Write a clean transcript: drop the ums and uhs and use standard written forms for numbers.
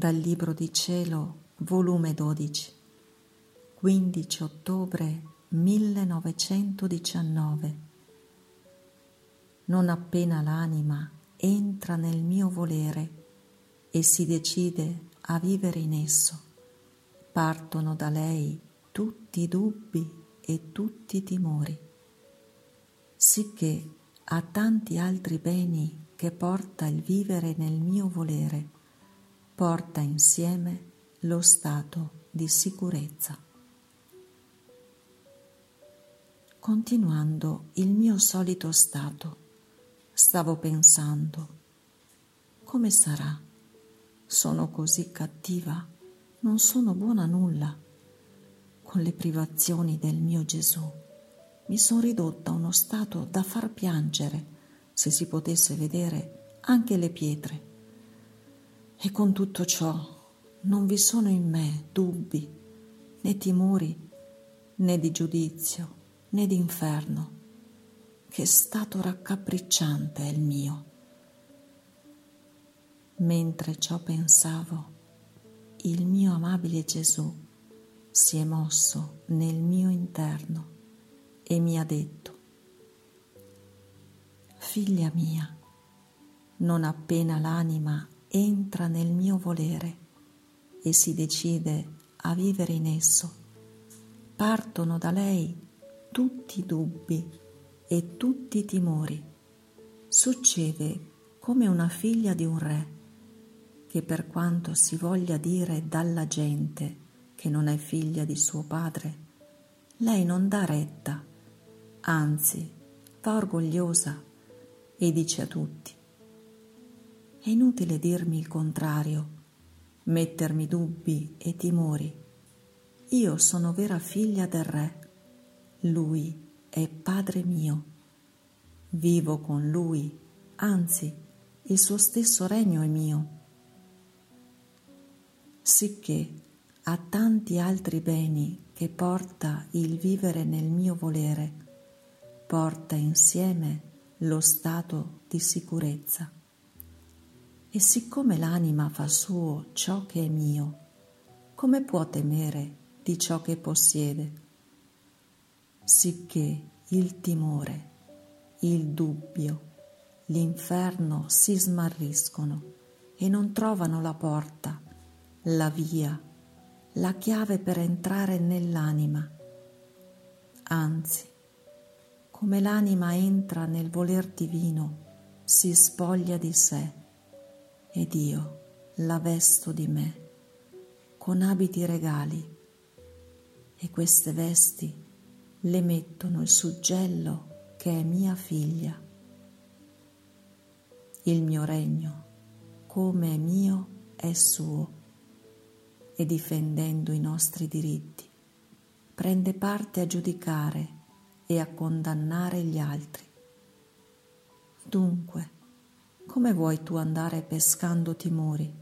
Dal Libro di Cielo, volume 12, 15 ottobre 1919. Non appena l'anima entra nel mio volere e si decide a vivere in esso, partono da lei tutti i dubbi e tutti i timori, sicché a tanti altri beni che porta il vivere nel mio volere, porta insieme lo stato di sicurezza. Continuando il mio solito stato, stavo pensando: come sarà? Sono così cattiva, non sono buona a nulla. Con le privazioni del mio Gesù mi sono ridotta a uno stato da far piangere, se si potesse vedere anche le pietre. E con tutto ciò non vi sono in me dubbi, né timori, né di giudizio, né di inferno. Che stato raccapricciante è il mio! Mentre ciò pensavo, il mio amabile Gesù si è mosso nel mio interno e mi ha detto: figlia mia, non appena l'anima entra nel mio volere e si decide a vivere in esso, partono da lei tutti i dubbi e tutti i timori. Succede come una figlia di un re, che per quanto si voglia dire dalla gente che non è figlia di suo padre, lei non dà retta, anzi va orgogliosa e dice a tutti: è inutile dirmi il contrario, mettermi dubbi e timori. Io sono vera figlia del re, lui è padre mio, vivo con lui, anzi il suo stesso regno è mio. Sicché a tanti altri beni che porta il vivere nel mio volere, porta insieme lo stato di sicurezza. E siccome l'anima fa suo ciò che è mio, come può temere di ciò che possiede? Sicché il timore, il dubbio, l'inferno si smarriscono e non trovano la porta, la via, la chiave per entrare nell'anima. Anzi, come l'anima entra nel voler divino, si spoglia di sé, ed io la vesto di me con abiti regali, e queste vesti le mettono il suggello che è mia figlia. Il mio regno, come è mio, è suo, e difendendo i nostri diritti, prende parte a giudicare e a condannare gli altri. Dunque, come vuoi tu andare pescando timori?